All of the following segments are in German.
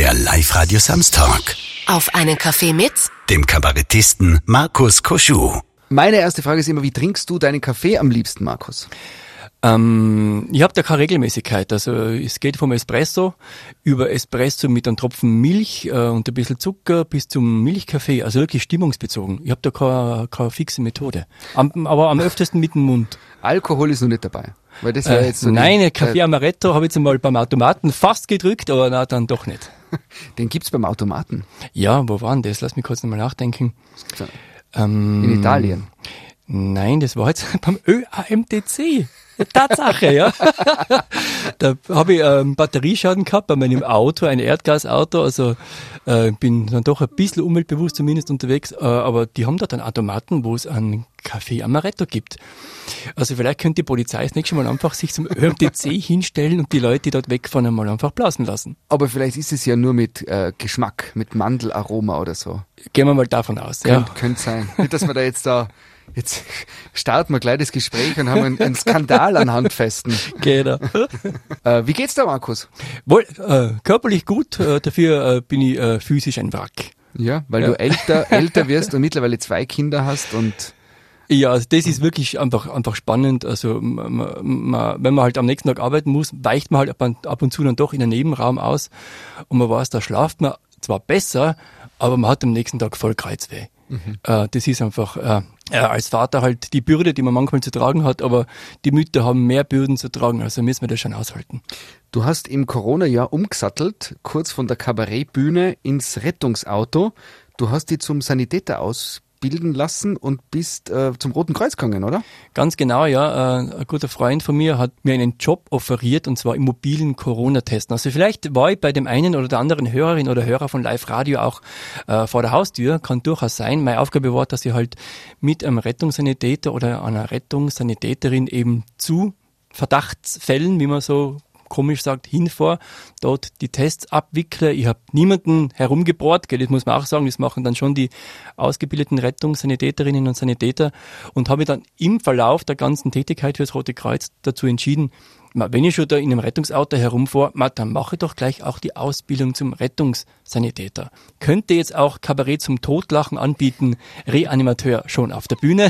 Der Live-Radio Samstag. Auf einen Kaffee mit Dem Kabarettisten Markus Koschuh. Meine erste Frage ist immer, wie trinkst du deinen Kaffee am liebsten, Markus? Ich habe da keine Regelmäßigkeit. Also es geht vom Espresso über Espresso mit einem Tropfen Milch und ein bisschen Zucker bis zum Milchkaffee. Also wirklich stimmungsbezogen. Ich habe da keine fixe Methode. Aber am öftesten mit dem Mund. Alkohol ist noch nicht dabei. Weil das wäre jetzt so nein, Kaffee Amaretto habe ich jetzt mal beim Automaten fast gedrückt, aber na, dann doch nicht. Den gibt's beim Automaten. Ja, wo war denn das? Lass mich kurz nochmal nachdenken. In Italien. Nein, das war jetzt beim ÖAMTC. Tatsache, ja. Da habe ich einen Batterieschaden gehabt bei meinem Auto, ein Erdgasauto, also bin dann doch ein bisschen umweltbewusst zumindest unterwegs, aber die haben dort einen Automaten, wo es einen Kaffee Amaretto gibt. Also vielleicht könnte die Polizei das nächste Mal einfach sich zum ÖMTC hinstellen und die Leute, die dort wegfahren, einmal einfach blasen lassen. Aber vielleicht ist es ja nur mit Geschmack, mit Mandelaroma oder so. Gehen wir mal davon aus, ja. Könnte sein. Nicht, dass wir da jetzt starten wir gleich das Gespräch und haben einen Skandal an Handfesten. Genau. Wie geht's da, Markus? Wohl, körperlich gut, dafür bin ich physisch ein Wrack. Ja, weil du älter wirst und mittlerweile 2 Kinder hast und... Ja, also das ist wirklich einfach spannend. Also wenn man halt am nächsten Tag arbeiten muss, weicht man halt ab und zu dann doch in einen Nebenraum aus und man weiß, da schlaft man zwar besser, aber man hat am nächsten Tag voll Kreuzweh. Das ist einfach als Vater halt die Bürde, die man manchmal zu tragen hat, aber die Mütter haben mehr Bürden zu tragen, also müssen wir das schon aushalten. Du hast im Corona-Jahr umgesattelt, kurz von der Kabarettbühne ins Rettungsauto. Du hast dich zum Sanitäter ausbilden lassen und bist zum Roten Kreuz gegangen, oder? Ganz genau, ja. Ein guter Freund von mir hat mir einen Job offeriert, und zwar im mobilen Corona-Testen. Also vielleicht war ich bei dem einen oder der anderen Hörerin oder Hörer von Live-Radio auch vor der Haustür, kann durchaus sein. Meine Aufgabe war, dass ich halt mit einem Rettungssanitäter oder einer Rettungssanitäterin eben zu Verdachtsfällen, wie man so komisch sagt, hinfahr, dort die Tests abwickle. Ich habe niemanden herumgebohrt, das muss man auch sagen, das machen dann schon die ausgebildeten Rettungssanitäterinnen und Sanitäter, und habe mich dann im Verlauf der ganzen Tätigkeit für das Rote Kreuz dazu entschieden, wenn ich schon da in einem Rettungsauto herumfahre, dann mache ich doch gleich auch die Ausbildung zum Rettungssanitäter. Könnte jetzt auch Kabarett zum Totlachen anbieten, Reanimateur schon auf der Bühne.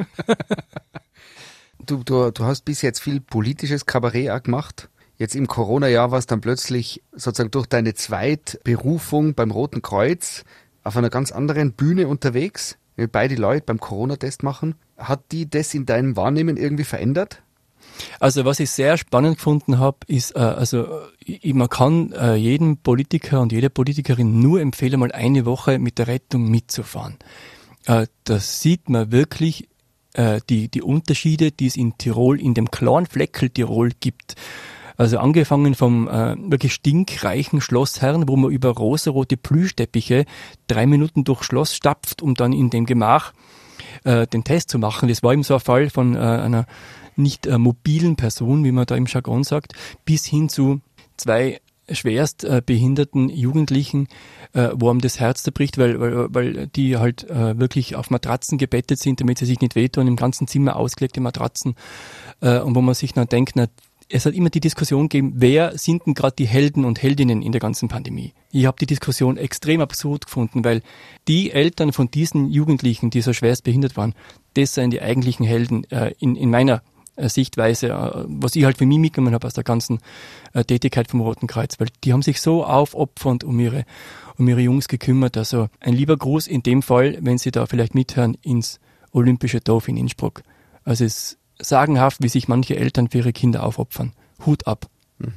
Du hast bis jetzt viel politisches Kabarett auch gemacht. Jetzt im Corona-Jahr warst dann plötzlich sozusagen durch deine Zweitberufung beim Roten Kreuz auf einer ganz anderen Bühne unterwegs, wie beide Leute beim Corona-Test machen. Hat die das in deinem Wahrnehmen irgendwie verändert? Also was ich sehr spannend gefunden habe, ist, man kann jedem Politiker und jeder Politikerin nur empfehlen, mal eine Woche mit der Rettung mitzufahren. Da sieht man wirklich die Unterschiede, die es in Tirol, in dem kleinen Fleckel Tirol gibt. Also angefangen vom wirklich stinkreichen Schlossherrn, wo man über rosarote Plüschteppiche 3 Minuten durchs Schloss stapft, um dann in dem Gemach den Test zu machen. Das war eben so ein Fall von einer nicht mobilen Person, wie man da im Jargon sagt, bis hin zu 2 schwerst behinderten Jugendlichen, wo einem das Herz zerbricht, weil die halt wirklich auf Matratzen gebettet sind, damit sie sich nicht wehtun, im ganzen Zimmer ausgelegte Matratzen, und wo man sich dann denkt, es hat immer die Diskussion gegeben, wer sind denn gerade die Helden und Heldinnen in der ganzen Pandemie? Ich habe die Diskussion extrem absurd gefunden, weil die Eltern von diesen Jugendlichen, die so schwerst behindert waren, das sind die eigentlichen Helden in meiner Sichtweise, was ich halt für mich mitgenommen habe aus der ganzen Tätigkeit vom Roten Kreuz, weil die haben sich so aufopfernd um ihre Jungs gekümmert. Also ein lieber Gruß in dem Fall, wenn Sie da vielleicht mithören, ins Olympische Dorf in Innsbruck. Also es ist sagenhaft, wie sich manche Eltern für ihre Kinder aufopfern. Hut ab.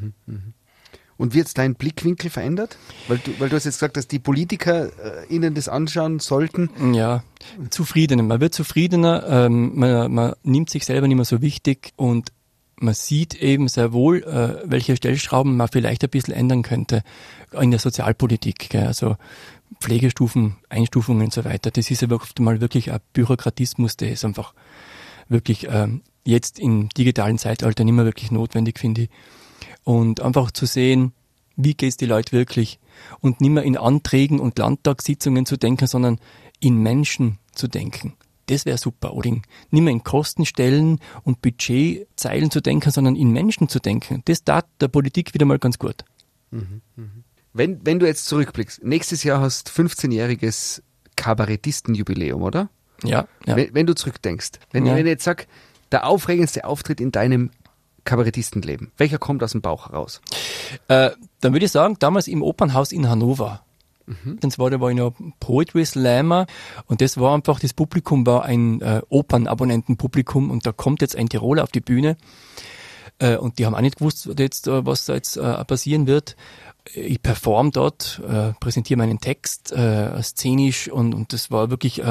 Und wird dein Blickwinkel verändert? Weil du hast jetzt gesagt, dass die Politiker ihnen das anschauen sollten. Ja, zufriedener. Man wird zufriedener, man nimmt sich selber nicht mehr so wichtig und man sieht eben sehr wohl, welche Stellschrauben man vielleicht ein bisschen ändern könnte in der Sozialpolitik. Gell? Also Pflegestufen, Einstufungen und so weiter. Das ist ja oft mal wirklich ein Bürokratismus, der ist einfach wirklich jetzt im digitalen Zeitalter nicht mehr wirklich notwendig, finde ich. Und einfach zu sehen, wie geht's die Leute wirklich, und nicht mehr in Anträgen und Landtagssitzungen zu denken, sondern in Menschen zu denken. Das wäre super. Oder nicht mehr in Kostenstellen und Budgetzeilen zu denken, sondern in Menschen zu denken. Das tat der Politik wieder mal ganz gut. Wenn du jetzt zurückblickst, nächstes Jahr hast 15-jähriges Kabarettistenjubiläum, oder? Ja. Wenn du zurückdenkst, wenn ich jetzt sag, der aufregendste Auftritt in deinem Kabarettistenleben, welcher kommt aus dem Bauch heraus? Dann würde ich sagen, damals im Opernhaus in Hannover. Da war ich noch Poetry Slammer und das Publikum war ein Opernabonnentenpublikum und da kommt jetzt ein Tiroler auf die Bühne und die haben auch nicht gewusst, was da jetzt passieren wird. Ich performe dort, präsentiere meinen Text szenisch und das war wirklich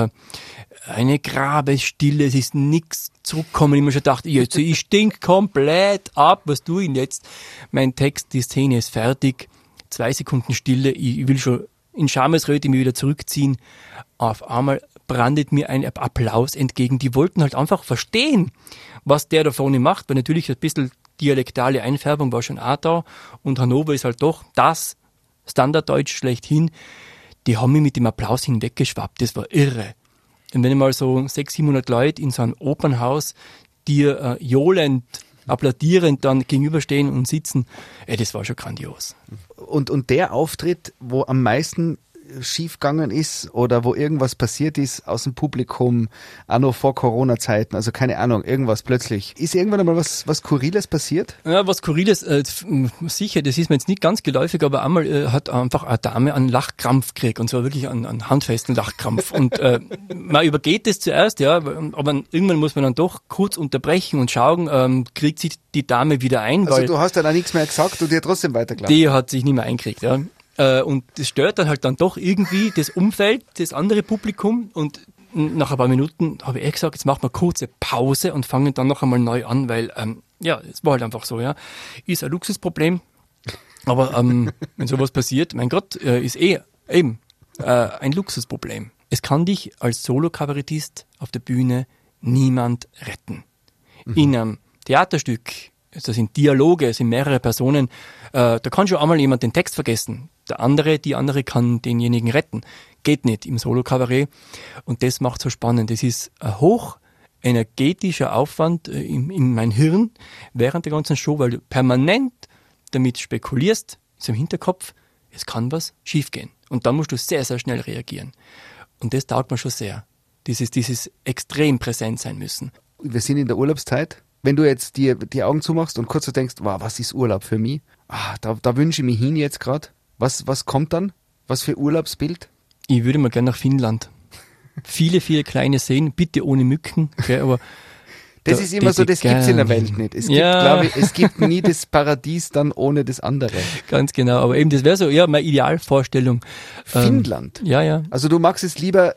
eine Grabesstille, es ist nichts zurückgekommen. Ich mir schon dachte, ich stink komplett ab, was tue ich denn jetzt? Mein Text, die Szene ist fertig, 2 Sekunden Stille, ich will schon in Schamesröte mich wieder zurückziehen. Auf einmal brandet mir ein Applaus entgegen. Die wollten halt einfach verstehen, was der da vorne macht, weil natürlich ein bisschen dialektale Einfärbung war schon auch da und Hannover ist halt doch das Standarddeutsch schlechthin. Die haben mich mit dem Applaus hinweggeschwappt. Das war irre. Und wenn mal so 600-700 Leute in so einem Opernhaus dir johlend, applaudierend dann gegenüberstehen und sitzen, das war schon grandios. Und der Auftritt, wo am meisten schiefgegangen ist oder wo irgendwas passiert ist aus dem Publikum, auch noch vor Corona-Zeiten, also keine Ahnung, irgendwas plötzlich. Ist irgendwann einmal was Skurriles passiert? Ja, was Skurriles, sicher, das ist mir jetzt nicht ganz geläufig, aber einmal hat einfach eine Dame einen Lachkrampf gekriegt und zwar wirklich einen handfesten Lachkrampf und man übergeht das zuerst, ja, aber irgendwann muss man dann doch kurz unterbrechen und schauen, kriegt sich die Dame wieder ein. Also du hast dann auch nichts mehr gesagt und die hat trotzdem weitergelacht. Die hat sich nicht mehr eingekriegt, ja. Und das stört dann halt dann doch irgendwie das Umfeld, das andere Publikum und nach ein paar Minuten habe ich gesagt, jetzt machen wir kurze Pause und fangen dann noch einmal neu an, weil es war halt einfach so, ja. Ist ein Luxusproblem, aber wenn sowas passiert, mein Gott, ist eben ein Luxusproblem. Es kann dich als Solo-Kabarettist auf der Bühne niemand retten. In einem Theaterstück, das sind Dialoge, es sind mehrere Personen, da kann schon einmal jemand den Text vergessen. Die andere kann denjenigen retten. Geht nicht im Solo-Kabarett. Und das macht so spannend. Das ist ein hochenergetischer Aufwand in mein Hirn während der ganzen Show, weil du permanent damit spekulierst, ist im Hinterkopf, es kann was schiefgehen. Und dann musst du sehr, sehr schnell reagieren. Und das taugt mir schon sehr. Dieses extrem präsent sein müssen. Wir sind in der Urlaubszeit. Wenn du jetzt dir die Augen zumachst und kurz so denkst, wow, was ist Urlaub für mich? Da wünsche ich mich hin jetzt gerade. Was kommt dann? Was für Urlaubsbild? Ich würde mal gerne nach Finnland. Viele, viele kleine Seen, bitte ohne Mücken. Okay, aber das ist immer so, das gibt's in der Welt nicht. Es gibt, glaube ich, es gibt nie das Paradies dann ohne das andere. Ganz genau, aber eben das wäre so meine Idealvorstellung. Finnland? Ja. Also du magst es lieber,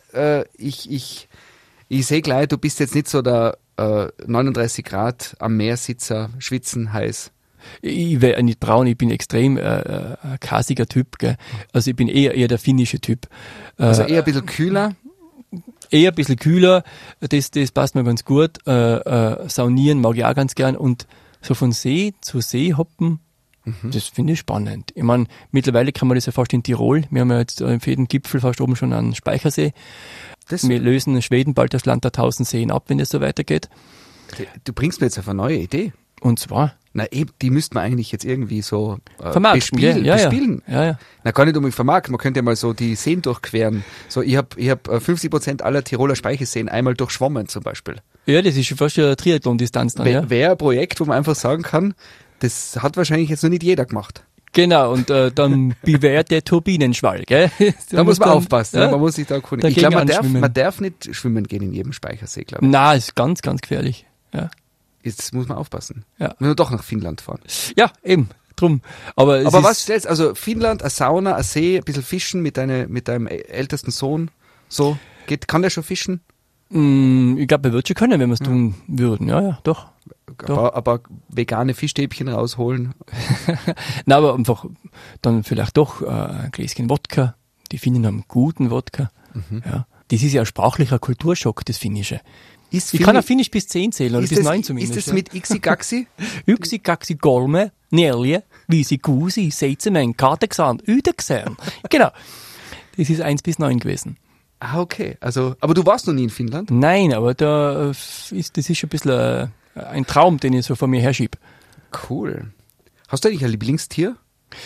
ich sehe gleich, du bist jetzt nicht so der 39 Grad am Meersitzer, schwitzen, heiß. Ich wäre nicht braun, ich bin extrem kasiger Typ. Gell? Also ich bin eher der finnische Typ. Also eher ein bisschen kühler? Eher ein bisschen kühler, das passt mir ganz gut. Saunieren mag ich auch ganz gern und so von See zu See hoppen, das finde ich spannend. Ich meine, mittlerweile kann man das ja fast in Tirol. Wir haben ja jetzt für jeden Gipfel fast oben schon einen Speichersee. Wir lösen in Schweden bald das Land der 1000 Seen ab, wenn es so weitergeht. Du bringst mir jetzt auf eine neue Idee. Und zwar? Na eben, die müsste man eigentlich jetzt irgendwie so bespielen. Ja. Na, gar nicht unbedingt vermarkten, man könnte ja mal so die Seen durchqueren. So, ich hab 50% aller Tiroler Speicherseen einmal durchschwommen zum Beispiel. Ja, das ist schon fast eine Triathlon-Distanz dann, Wäre ein Projekt, wo man einfach sagen kann, das hat wahrscheinlich jetzt noch nicht jeder gemacht. Genau, und dann bewährt der Turbinenschwall, gell? Da muss man aufpassen, ja? Man muss sich da erkundigen. Ich glaube, man darf nicht schwimmen gehen in jedem Speichersee, glaube ich. Nein, ist ganz, ganz gefährlich, ja. Jetzt muss man aufpassen. Ja. Wenn wir doch nach Finnland fahren. Ja, eben, drum. Aber was stellst also Finnland, eine Sauna, ein See, ein bisschen fischen mit deinem ältesten Sohn, so, kann der schon fischen? Ich glaube, er wird schon können, wenn wir es tun würden, ja, doch. Aber vegane Fischstäbchen rausholen? Nein, aber einfach dann vielleicht doch ein Gläschen Wodka. Die Finnen haben guten Wodka. Ja. Das ist ja ein sprachlicher Kulturschock, das Finnische. Ich kann auf Finnisch bis 10 zählen, oder bis 9 zumindest. Ist das mit Ixi-Gaxi? Ixi-Gaxi, Golme, Nelje, Wiesi, Gusi, Seizemen, Katexan, Üdexern. Genau. Das ist 1 bis 9 gewesen. Ah, okay. Also, aber du warst noch nie in Finnland? Nein, aber das ist schon ein bisschen ein Traum, den ich so vor mir herschiebe. Cool. Hast du eigentlich ein Lieblingstier?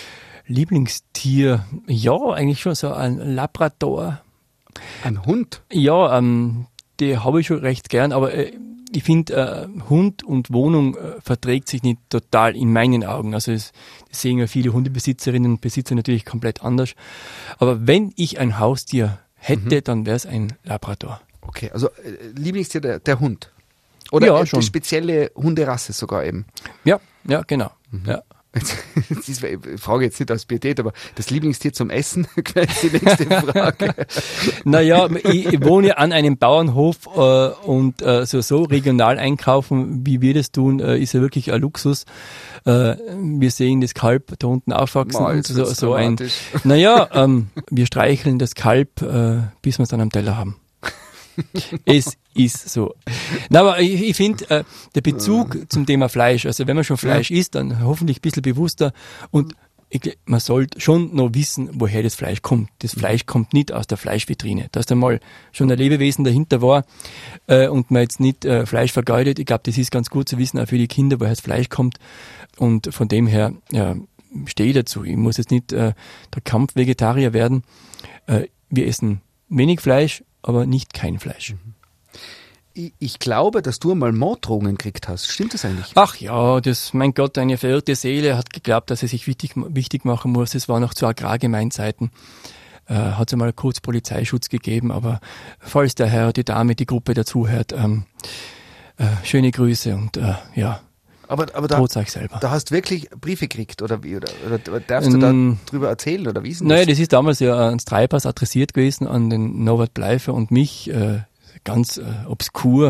Lieblingstier, ja, eigentlich schon so ein Labrador. Ein Hund? Ja, die habe ich schon recht gern, aber ich finde, Hund und Wohnung verträgt sich nicht total in meinen Augen. Also das sehen ja viele Hundebesitzerinnen und Besitzer natürlich komplett anders. Aber wenn ich ein Haustier hätte, dann wäre es ein Labrador. Okay, also Lieblingstier der Hund? Oder Ja, die schon. Spezielle Hunderasse sogar eben? Ja, genau. Ja. Ich frage jetzt nicht aus Pietät, aber das Lieblingstier zum Essen wäre die nächste Frage. Naja, ich wohne an einem Bauernhof und so regional einkaufen, wie wir das tun, ist ja wirklich ein Luxus. Wir sehen das Kalb da unten aufwachsen Mal, und so ein. dramatisch. Naja, wir streicheln das Kalb, bis wir es dann am Teller haben. Es ist so. Na, aber ich finde, der Bezug zum Thema Fleisch, also wenn man schon Fleisch isst, dann hoffentlich ein bisschen bewusster und man sollte schon noch wissen, woher das Fleisch kommt. Das Fleisch kommt nicht aus der Fleischvitrine. Dass da mal schon ein Lebewesen dahinter war und man jetzt nicht Fleisch vergeudet. Ich glaube, das ist ganz gut zu wissen, auch für die Kinder, woher das Fleisch kommt. Und von dem her stehe ich dazu. Ich muss jetzt nicht der Kampfvegetarier werden. Wir essen wenig Fleisch, aber nicht kein Fleisch. Ich glaube, dass du einmal Morddrohungen gekriegt hast. Stimmt das eigentlich? Ach ja, mein Gott, eine verirrte Seele hat geglaubt, dass er sich wichtig machen muss. Es war noch zu Agrargemeinzeiten. Hat es einmal kurz Polizeischutz gegeben, aber falls der Herr, die Dame, die Gruppe dazuhört, schöne Grüße und Aber droht euch selber. da hast du wirklich Briefe gekriegt oder wie? Oder darfst du da drüber erzählen oder wie ist denn das? Naja, das ist damals ja ans Treibhaus adressiert gewesen, an den Norbert Bleifer und mich, ganz obskur,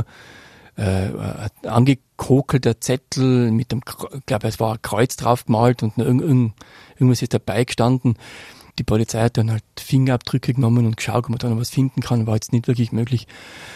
angekokelter Zettel mit dem, ich glaube, es war ein Kreuz drauf gemalt und irgendwas ist dabei gestanden. Die Polizei hat dann halt Fingerabdrücke genommen und geschaut, ob man da noch was finden kann, war jetzt nicht wirklich möglich.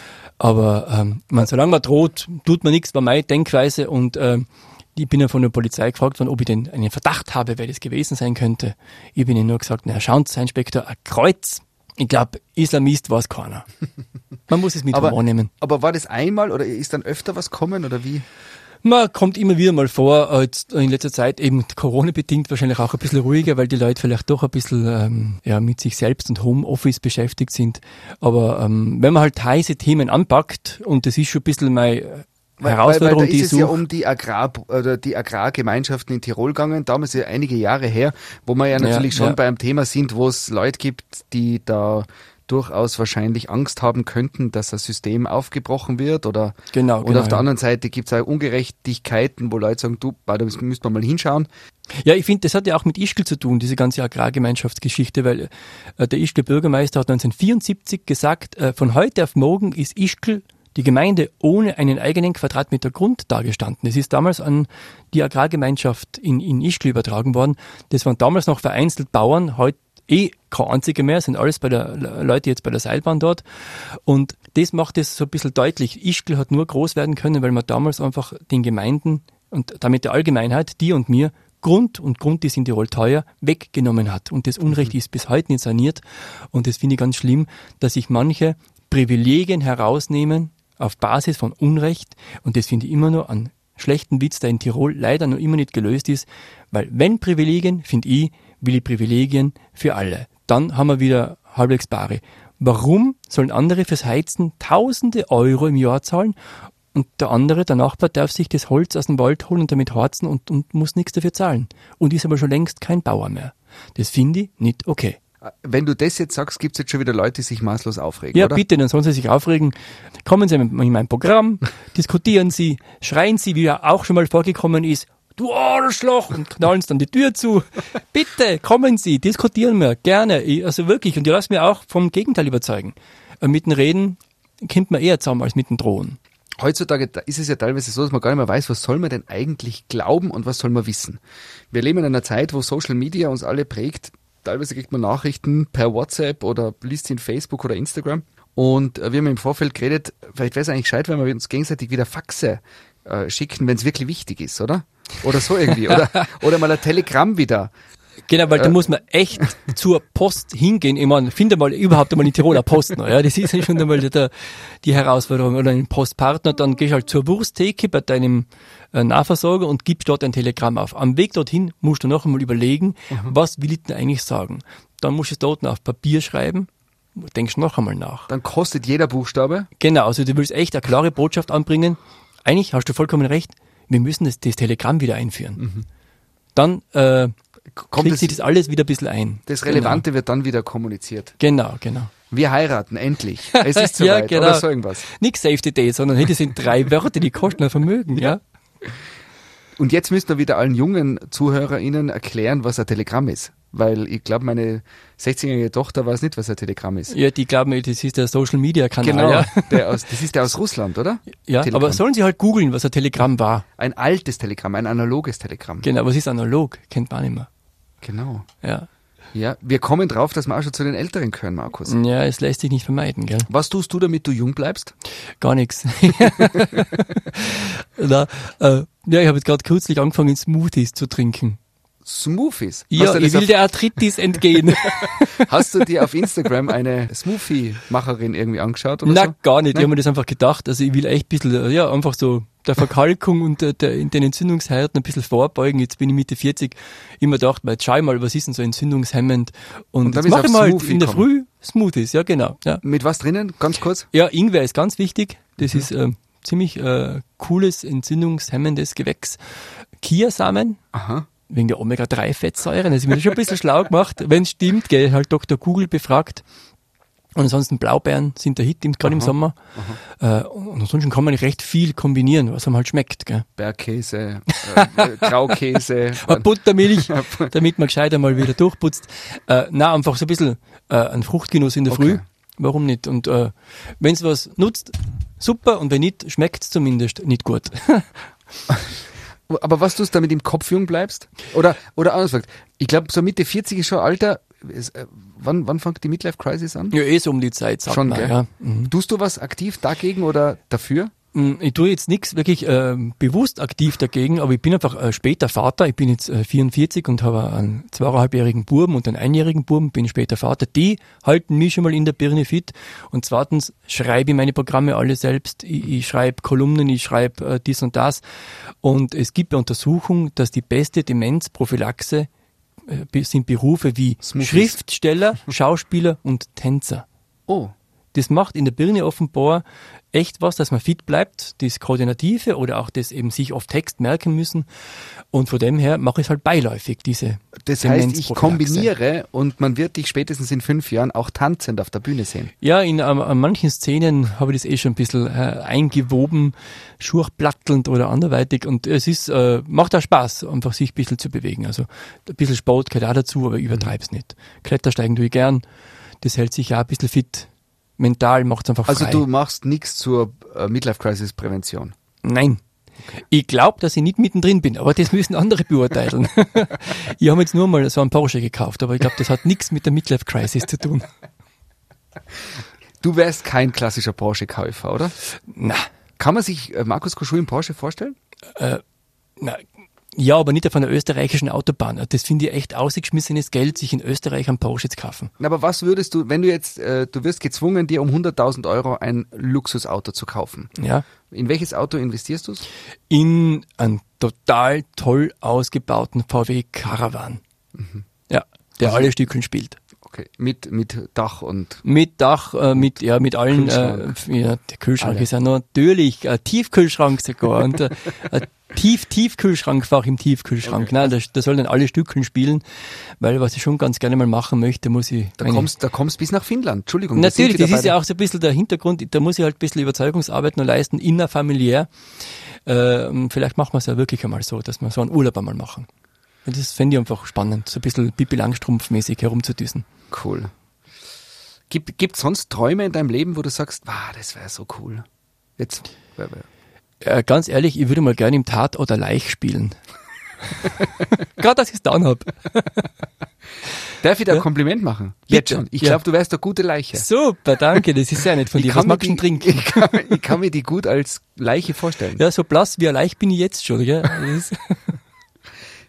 Aber solange man droht, tut man nichts, war meine Denkweise und ich bin ja von der Polizei gefragt worden, ob ich denn einen Verdacht habe, wer das gewesen sein könnte. Ich bin ihnen nur gesagt, schauen Sie, Herr Inspektor, ein Kreuz. Ich glaube, Islamist war es keiner. Man muss es mit Humor nehmen. Aber war das einmal oder ist dann öfter was kommen oder wie? Man kommt immer wieder mal vor, jetzt in letzter Zeit eben Corona-bedingt wahrscheinlich auch ein bisschen ruhiger, weil die Leute vielleicht doch ein bisschen mit sich selbst und Homeoffice beschäftigt sind. Aber wenn man halt heiße Themen anpackt, und das ist schon ein bisschen meine Herausforderung, weil da die ist es ja um die Agrargemeinschaften in Tirol gegangen, damals ja einige Jahre her, wo wir ja natürlich schon bei einem Thema sind, wo es Leute gibt, die da durchaus wahrscheinlich Angst haben könnten, dass das System aufgebrochen wird oder auf der anderen Seite gibt es auch Ungerechtigkeiten, wo Leute sagen, da müsste man mal hinschauen. Ja, ich finde, das hat ja auch mit Ischgl zu tun, diese ganze Agrargemeinschaftsgeschichte, weil der Ischgl Bürgermeister hat 1974 gesagt, von heute auf morgen ist Ischgl, die Gemeinde, ohne einen eigenen Quadratmeter Grund dagestanden. Das ist damals an die Agrargemeinschaft in Ischgl übertragen worden. Das waren damals noch vereinzelt Bauern, heute kein einziger mehr, sind alles Leute jetzt bei der Seilbahn dort. Und das macht es so ein bisschen deutlich. Ischgl hat nur groß werden können, weil man damals einfach den Gemeinden und damit der Allgemeinheit, dir und mir, Grund ist in Tirol teuer, weggenommen hat. Und das Unrecht ist bis heute nicht saniert. Und das finde ich ganz schlimm, dass sich manche Privilegien herausnehmen auf Basis von Unrecht. Und das finde ich immer nur einen schlechten Witz, der in Tirol leider noch immer nicht gelöst ist. Weil wenn Privilegien, finde ich, will ich Privilegien für alle. Dann haben wir wieder halbwegs bare. Warum sollen andere fürs Heizen Tausende Euro im Jahr zahlen und der Nachbar, darf sich das Holz aus dem Wald holen und damit harzen und muss nichts dafür zahlen und ist aber schon längst kein Bauer mehr. Das finde ich nicht okay. Wenn du das jetzt sagst, gibt es jetzt schon wieder Leute, die sich maßlos aufregen, ja, oder? Bitte, dann sollen sie sich aufregen. Kommen Sie in mein Programm, diskutieren Sie, schreien Sie, wie ja auch schon mal vorgekommen ist, du Arschloch, und knallen dann die Tür zu. Bitte, kommen Sie, diskutieren wir, gerne. Also wirklich, und ich lasse mir auch vom Gegenteil überzeugen. Mit dem Reden kommt man eher zusammen als mit dem Drohen. Heutzutage ist es ja teilweise so, dass man gar nicht mehr weiß, was soll man denn eigentlich glauben und was soll man wissen. Wir leben in einer Zeit, wo Social Media uns alle prägt. Teilweise kriegt man Nachrichten per WhatsApp oder liest sie in Facebook oder Instagram. Und wir haben im Vorfeld geredet, vielleicht wäre es eigentlich gescheit, wenn wir uns gegenseitig wieder Faxe schicken, wenn es wirklich wichtig ist, oder? Oder so irgendwie. Oder mal ein Telegramm wieder. Genau, weil da muss man echt zur Post hingehen. Ich meine, finde mal überhaupt einmal in Tiroler Post noch. Ja, das ist ja schon einmal die Herausforderung. Oder einen Postpartner, dann gehst du halt zur Wursttheke bei deinem Nahversorger und gibst dort ein Telegramm auf. Am Weg dorthin musst du noch einmal überlegen, was will ich denn eigentlich sagen? Dann musst du es dort auf Papier schreiben, denkst noch einmal nach. Dann kostet jeder Buchstabe. Genau, also du willst echt eine klare Botschaft anbringen. Eigentlich hast du vollkommen recht, wir müssen das Telegramm wieder einführen. Dann kriegt sich das alles wieder ein bisschen ein. Das Relevante wird dann wieder kommuniziert. Genau. Wir heiraten, endlich. Es ist soweit, genau. oder so irgendwas. Nicht Safety Day, sondern hey, das sind 3 Wörter, die kosten ein Vermögen, ja. Und jetzt müssen wir wieder allen jungen ZuhörerInnen erklären, was ein Telegramm ist. Weil ich glaube, meine 16-jährige Tochter weiß nicht, was ein Telegramm ist. Ja, die glauben, das ist der Social-Media-Kanal. Genau, Ja. Das ist der aus Russland, oder? Ja, Telegramm. aber sollen sie halt googeln, was ein Telegramm war. Ein altes Telegramm, ein analoges Telegramm. Genau, was ist analog? Kennt man nicht mehr. Genau. Ja. Ja, wir kommen drauf, dass wir auch schon zu den Älteren gehören, Markus. Ja, es lässt sich nicht vermeiden, gell? Was tust du, damit du jung bleibst? Gar nichts. Ja, ich habe jetzt gerade kürzlich angefangen, Smoothies zu trinken. Smoothies? Ja, ich will der Arthritis entgehen. Hast du dir auf Instagram eine Smoothie-Macherin irgendwie angeschaut oder Na, so? gar nicht. Nein? Ich habe mir das einfach gedacht. Also ich will echt ein bisschen, ja, einfach so der Verkalkung und den Entzündungsherden ein bisschen vorbeugen. Jetzt bin ich Mitte 40. Immer gedacht, jetzt schau ich mal, was ist denn so entzündungshemmend? Und dann jetzt bist du mache ich auf mal Smoothie in der gekommen. Früh Smoothies. Ja, genau. Ja, Mit was drinnen? Ganz kurz. ja, Ingwer ist ganz wichtig. Das ist ziemlich cooles, entzündungshemmendes Gewächs. Chiasamen. Aha. Wegen der Omega-3-Fettsäuren. Das ist mir das schon ein bisschen schlau gemacht. Wenn es stimmt, gell, halt Dr. Google befragt. Und ansonsten Blaubeeren sind der Hit, gerade im Sommer. Und ansonsten kann man nicht recht viel kombinieren, was einem halt schmeckt. Gell. Bergkäse, Graukäse. Buttermilch, damit man gescheiter mal wieder durchputzt. Einfach so ein bisschen ein Fruchtgenuss in der Früh. Okay. Warum nicht? Und wenn es was nutzt, super. Und wenn nicht, schmeckt es zumindest nicht gut. Aber was tust du, damit im Kopf jung bleibst? Oder anders gesagt, ich glaube, so Mitte 40 ist schon Alter. Wann fängt die Midlife-Crisis an? Ja, so um die Zeit, sagt Schon, man. gell? Ja. Tust du was aktiv dagegen oder dafür? Ich tue jetzt nichts wirklich bewusst aktiv dagegen, aber ich bin einfach später Vater. Ich bin jetzt 44 und habe einen 2,5-jährigen Buben und einen 1-jährigen Buben, bin später Vater. Die halten mich schon mal in der Birne fit. Und zweitens schreibe ich meine Programme alle selbst. Ich schreibe Kolumnen, ich schreibe dies und das. Und es gibt eine Untersuchung, dass die beste Demenzprophylaxe sind Berufe wie Smoothies. Schriftsteller, Schauspieler und Tänzer. Oh. Das macht in der Birne offenbar echt was, dass man fit bleibt, das Koordinative oder auch das eben sich auf Text merken müssen. Und von dem her mache ich es halt beiläufig, diese Das heißt, ich Demenzprophylaxe. kombiniere und man wird dich spätestens in 5 Jahren auch tanzend auf der Bühne sehen. Ja, an manchen Szenen habe ich das schon ein bisschen eingewoben, schurchplattelnd oder anderweitig. Und es ist macht auch Spaß, einfach sich ein bisschen zu bewegen. Also ein bisschen Sport gehört auch dazu, aber ich übertreib's nicht. Klettersteigen tue ich gern, das hält sich auch ein bisschen fit. Mental macht es einfach frei. Also du machst nichts zur Midlife-Crisis-Prävention? Nein. Okay. Ich glaube, dass ich nicht mittendrin bin, aber das müssen andere beurteilen. Ich habe jetzt nur mal so einen Porsche gekauft, aber ich glaube, das hat nichts mit der Midlife-Crisis zu tun. Du wärst kein klassischer Porsche-Käufer, oder? Na. Kann man sich Markus Koschul im Porsche vorstellen? Ja, aber nicht auf einer österreichischen Autobahn. Das finde ich echt ausgeschmissenes Geld, sich in Österreich einen Porsche zu kaufen. Aber was würdest du, wenn du jetzt, du wirst gezwungen, dir um 100.000 Euro ein Luxusauto zu kaufen. Ja. In welches Auto investierst du? In einen total toll ausgebauten VW Caravan. Ja, der alle Stückeln spielt. Okay, mit Dach und... Mit Dach, mit allen, Kühlschrank. der Kühlschrank Alle. ist ja natürlich, ein Tiefkühlschrank sogar und ein Tiefkühlschrankfach im Tiefkühlschrank. Okay. Nein, da sollen dann alle Stückeln spielen, weil was ich schon ganz gerne mal machen möchte, muss ich... Da kommst bis nach Finnland, Entschuldigung. Natürlich, da sind das ist wir ja auch so ein bisschen der Hintergrund, da muss ich halt ein bisschen Überzeugungsarbeit noch leisten, innerfamiliär. Vielleicht machen wir es ja wirklich einmal so, dass wir so einen Urlaub einmal machen. Und das fände ich einfach spannend, so ein bisschen Pippi Langstrumpf-mäßig herumzudüsen. Cool. Gibt sonst Träume in deinem Leben, wo du sagst, das wäre so cool? Jetzt... Ganz ehrlich, ich würde mal gerne im Tatort eine Leiche spielen. Gerade, dass ich es getan habe. Darf ich dir ein Kompliment machen? Bitte. Jetzt schon. Ich glaube, du wärst eine gute Leiche. Super, danke, das ist sehr nett von dir. Was magst du denn trinken? Ich kann mir die gut als Leiche vorstellen. Ja, so blass wie eine Leiche bin ich jetzt schon, gell?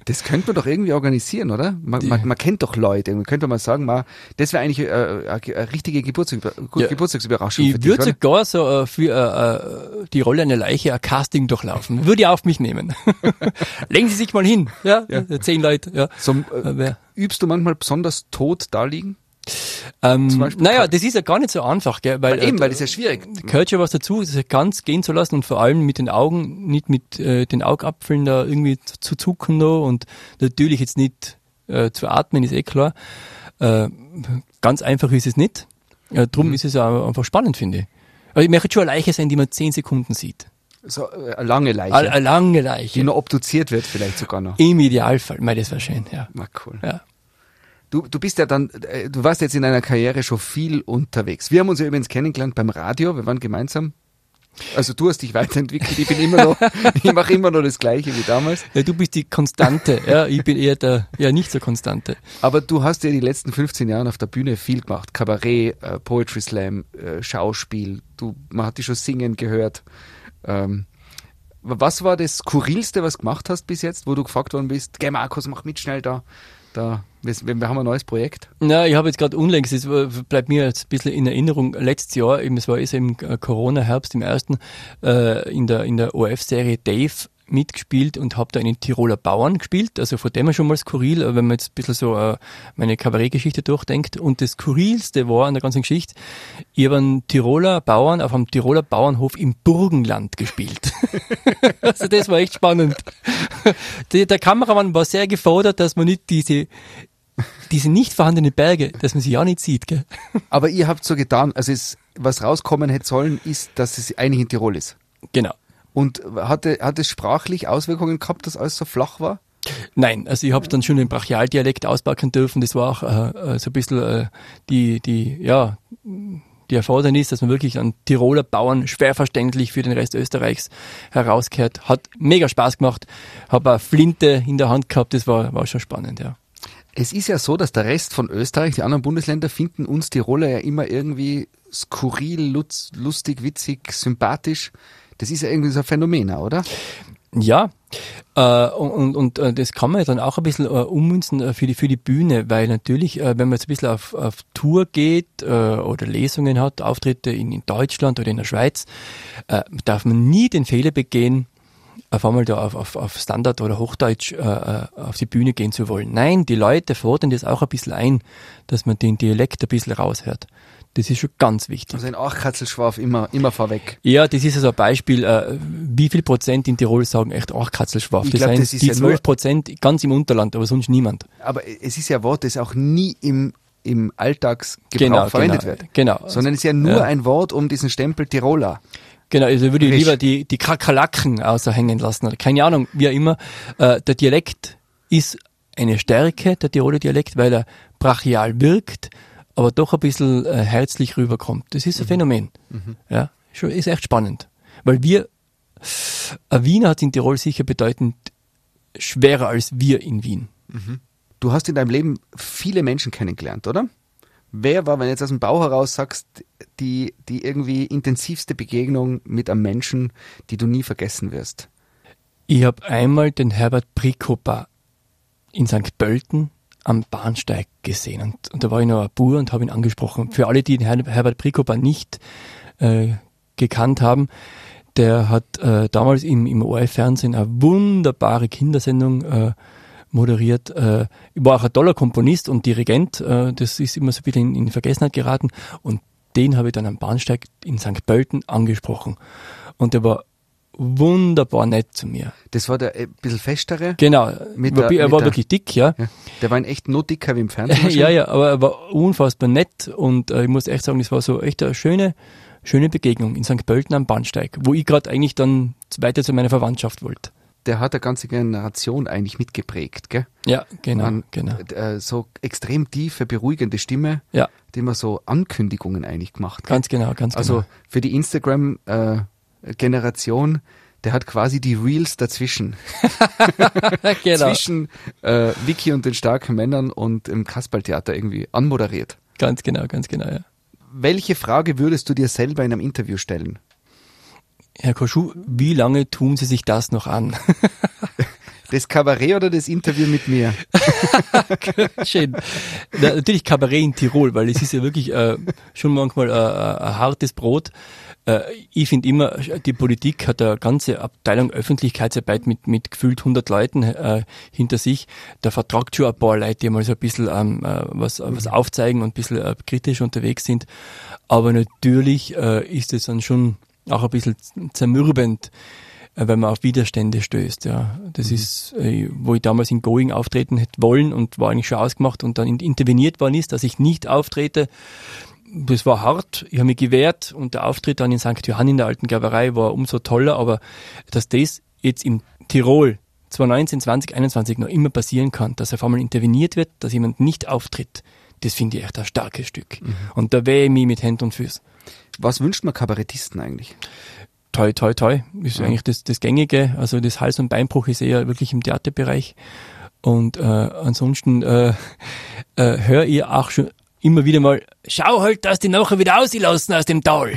Das könnte man doch irgendwie organisieren, oder? Man kennt doch Leute. Man könnte mal sagen, das wäre eigentlich eine richtige Geburtstagsüberraschung für Ich dich, würde oder? sogar so für die Rolle einer Leiche ein Casting durchlaufen. Würde ich auf mich nehmen. Legen Sie sich mal hin. Ja. 10 Leute. Ja. Übst du manchmal besonders tot da liegen? Beispiel Naja, das ist ja gar nicht so einfach, gell? Weil das ist ja schwierig. Gehört schon was dazu, das ganz gehen zu lassen und vor allem mit den Augen, nicht mit den Augapfeln da irgendwie zu zucken noch und natürlich jetzt nicht zu atmen, ist eh klar. Ganz einfach ist es nicht. Drum ist es auch einfach spannend, finde ich. Aber ich möchte schon eine Leiche sein, die man 10 Sekunden sieht. So eine lange Leiche. Eine lange Leiche. Die noch obduziert wird vielleicht sogar noch. Im Idealfall. Das wäre schön, ja. Na cool. Ja. Du bist ja dann, du warst jetzt in deiner Karriere schon viel unterwegs. Wir haben uns ja übrigens kennengelernt beim Radio, wir waren gemeinsam. Also du hast dich weiterentwickelt, ich mache immer noch das Gleiche wie damals. Ja, du bist die Konstante, ja, ich bin eher nicht so Konstante. Aber du hast ja die letzten 15 Jahre auf der Bühne viel gemacht. Kabarett, Poetry Slam, Schauspiel, man hat dich schon singen gehört. Was war das Skurrilste, was du gemacht hast bis jetzt, wo du gefragt worden bist, geh Markus, mach mit schnell da, wir haben ein neues Projekt. Na, ich habe jetzt gerade unlängst, es bleibt mir jetzt ein bisschen in Erinnerung, letztes Jahr, es war im Corona-Herbst, im ersten, in der ORF-Serie Dave mitgespielt und habe da einen Tiroler Bauern gespielt, also von dem her schon mal skurril, wenn man jetzt ein bisschen so meine Kabarettgeschichte durchdenkt. Und das Skurrilste war an der ganzen Geschichte, ich habe einen Tiroler Bauern auf einem Tiroler Bauernhof im Burgenland gespielt. Also das war echt spannend. Der Kameramann war sehr gefordert, dass man nicht diese nicht vorhandenen Berge, dass man sie ja nicht sieht, gell? Aber ihr habt so getan, also was rauskommen hätte sollen, ist, dass es eigentlich in Tirol ist. Genau. Und hat es sprachlich Auswirkungen gehabt, dass alles so flach war? Nein, also ich habe dann schon den Brachialdialekt auspacken dürfen. Das war auch so ein bisschen die Erfordernis, dass man wirklich einen Tiroler Bauern schwer verständlich für den Rest Österreichs herauskehrt. Hat mega Spaß gemacht. Habe eine Flinte in der Hand gehabt. Das war schon spannend, ja. Es ist ja so, dass der Rest von Österreich, die anderen Bundesländer, finden uns Tiroler ja immer irgendwie skurril, lustig, witzig, sympathisch. Das ist ja irgendwie so ein Phänomen, oder? Ja, und das kann man ja dann auch ein bisschen ummünzen für die Bühne, weil natürlich, wenn man jetzt ein bisschen auf Tour geht oder Lesungen hat, Auftritte in Deutschland oder in der Schweiz, darf man nie den Fehler begehen, auf einmal da auf Standard oder Hochdeutsch auf die Bühne gehen zu wollen. Nein, die Leute fordern das auch ein bisschen ein, dass man den Dialekt ein bisschen raushört. Das ist schon ganz wichtig. Also ein Achkatzelschwaf immer vorweg. Ja, das ist also ein Beispiel, wie viel Prozent in Tirol sagen echt Achkatzelschwaf. Ich glaub, das ist die ja 12% ganz im Unterland, aber sonst niemand. Aber es ist ja ein Wort, das auch nie im Alltagsgebrauch verwendet wird. Genau. Sondern es ist ja nur ein Wort um diesen Stempel Tiroler. Genau, also würde ich lieber die Kakerlaken außerhängen lassen. Keine Ahnung, wie auch immer. Der Dialekt ist eine Stärke, der Tiroler Dialekt, weil er brachial wirkt, aber doch ein bisschen herzlich rüberkommt. Das ist ein Phänomen. Ja, ist echt spannend. Weil ein Wiener hat in Tirol sicher bedeutend schwerer als wir in Wien. Du hast in deinem Leben viele Menschen kennengelernt, oder? Wer war, wenn du jetzt aus dem Bauch heraus sagst, die irgendwie intensivste Begegnung mit einem Menschen, die du nie vergessen wirst? Ich habe einmal den Herbert Prikopa in St. Pölten am Bahnsteig gesehen und da war ich noch ein Bub und habe ihn angesprochen. Für alle, die den Herbert Prikopa nicht gekannt haben, der hat damals im ORF-Fernsehen eine wunderbare Kindersendung moderiert, war auch ein toller Komponist und Dirigent, das ist immer so ein bisschen in Vergessenheit geraten und den habe ich dann am Bahnsteig in St. Pölten angesprochen und der war wunderbar nett zu mir. Das war der ein bisschen festere? Genau, er war wirklich dick, ja. Der war in echt noch dicker wie im Fernsehen. Ja, aber er war unfassbar nett und ich muss echt sagen, das war so echt eine schöne Begegnung in St. Pölten am Bahnsteig, wo ich gerade eigentlich dann weiter zu meiner Verwandtschaft wollte. Der hat eine ganze Generation eigentlich mitgeprägt, gell? Ja, genau. So extrem tiefe, beruhigende Stimme, ja, die immer so Ankündigungen eigentlich gemacht. Ganz genau. Also für die Instagram-Generation, der hat quasi die Reels dazwischen. Genau. Zwischen Vicky und den starken Männern und im Kasperltheater irgendwie anmoderiert. Ganz genau, ja. Welche Frage würdest du dir selber in einem Interview stellen? Herr Koschuh, wie lange tun Sie sich das noch an? Das Kabarett oder das Interview mit mir? Schön. Natürlich Kabarett in Tirol, weil es ist ja wirklich schon manchmal ein hartes Brot. Ich finde immer, die Politik hat eine ganze Abteilung Öffentlichkeitsarbeit mit gefühlt 100 Leuten hinter sich. Da vertragt schon ein paar Leute, die mal so ein bisschen was aufzeigen und ein bisschen kritisch unterwegs sind. Aber natürlich ist es dann schon auch ein bisschen zermürbend, wenn man auf Widerstände stößt. Ja, das ist, wo ich damals in Going auftreten hätte wollen und war eigentlich schon ausgemacht und dann interveniert worden ist, dass ich nicht auftrete. Das war hart, ich habe mich gewehrt und der Auftritt dann in St. Johann in der Alten Gerberei war umso toller, aber dass das jetzt in Tirol 2019, 2021 noch immer passieren kann, dass auf einmal interveniert wird, dass jemand nicht auftritt, das finde ich echt ein starkes Stück. Und da wehre ich mich mit Händen und Füßen. Was wünscht man Kabarettisten eigentlich? Toi, toi, toi, ist eigentlich das Gängige, also das Hals- und Beinbruch ist eher wirklich im Theaterbereich und ansonsten höre ich auch schon immer wieder mal, schau halt, dass die nachher wieder auslassen aus dem Tal.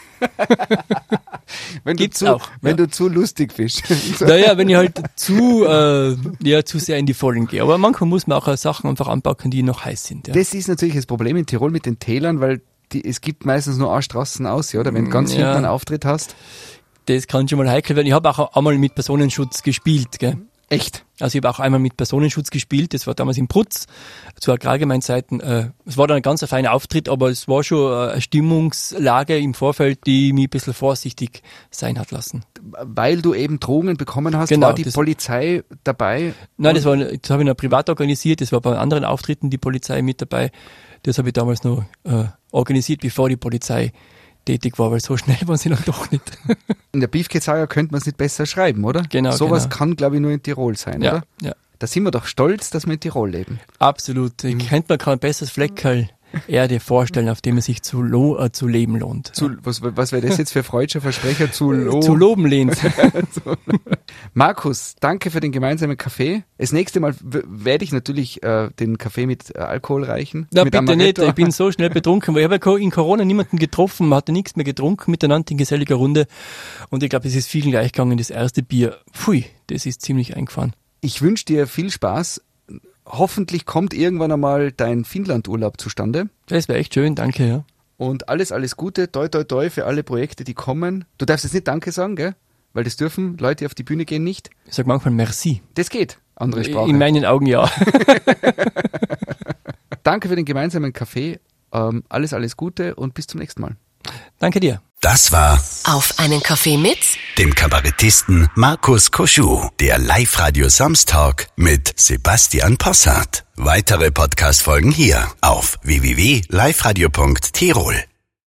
Wenn du zu lustig bist. Naja, wenn ich halt zu sehr in die Vollen gehe. Aber manchmal muss man auch Sachen einfach anpacken, die noch heiß sind. Ja. Das ist natürlich das Problem in Tirol mit den Tälern, weil es gibt meistens nur eine Straßen aus, oder? Wenn du ganz hinten einen Auftritt hast. Das kann schon mal heikel werden. Ich habe auch einmal mit Personenschutz gespielt, gell? Echt? Also ich habe auch einmal mit Personenschutz gespielt, das war damals in Prutz, zu Agrargemeinzeiten. Es war dann ein ganz feiner Auftritt, aber es war schon eine Stimmungslage im Vorfeld, die mich ein bisschen vorsichtig sein hat lassen. Weil du eben Drohungen bekommen hast, genau, war die Polizei dabei? Nein, das habe ich noch privat organisiert, das war bei anderen Auftritten die Polizei mit dabei. Das habe ich damals noch organisiert, bevor die Polizei tätig war, weil so schnell waren sie dann doch nicht. In der Beefcake-Saga könnte man es nicht besser schreiben, oder? Genau. Sowas kann, glaube ich, nur in Tirol sein, ja, oder? Ja. Da sind wir doch stolz, dass wir in Tirol leben. Absolut. Ich könnte mir kein besseres Fleckerl Erde vorstellen, auf dem es sich zu leben lohnt. Was wäre das jetzt für freudscher Versprecher? Zu loben lehnt. Markus, danke für den gemeinsamen Kaffee. Das nächste Mal werde ich natürlich den Kaffee mit Alkohol reichen. Na mit bitte Amaretto. nicht, ich bin so schnell betrunken, weil ich habe ja in Corona niemanden getroffen, man hatte nichts mehr getrunken miteinander in geselliger Runde und ich glaube, es ist vielen gleich gegangen, das erste Bier, pfui, das ist ziemlich eingefahren. Ich wünsche dir viel Spaß. Hoffentlich kommt irgendwann einmal dein Finnland-Urlaub zustande. Das wäre echt schön, danke, ja. Und alles Gute, toi toi toi für alle Projekte, die kommen. Du darfst jetzt nicht Danke sagen, gell? Weil das dürfen Leute, die auf die Bühne gehen, nicht. Ich sage manchmal Merci. Das geht, andere Sprache. In meinen Augen ja. Danke für den gemeinsamen Kaffee. Alles Gute und bis zum nächsten Mal. Danke dir. Das war Auf einen Kaffee mit dem Kabarettisten Markus Koschuh, der Live-Radio Samstag mit Sebastian Possart. Weitere Podcast-Folgen hier auf www.liveradio.tirol.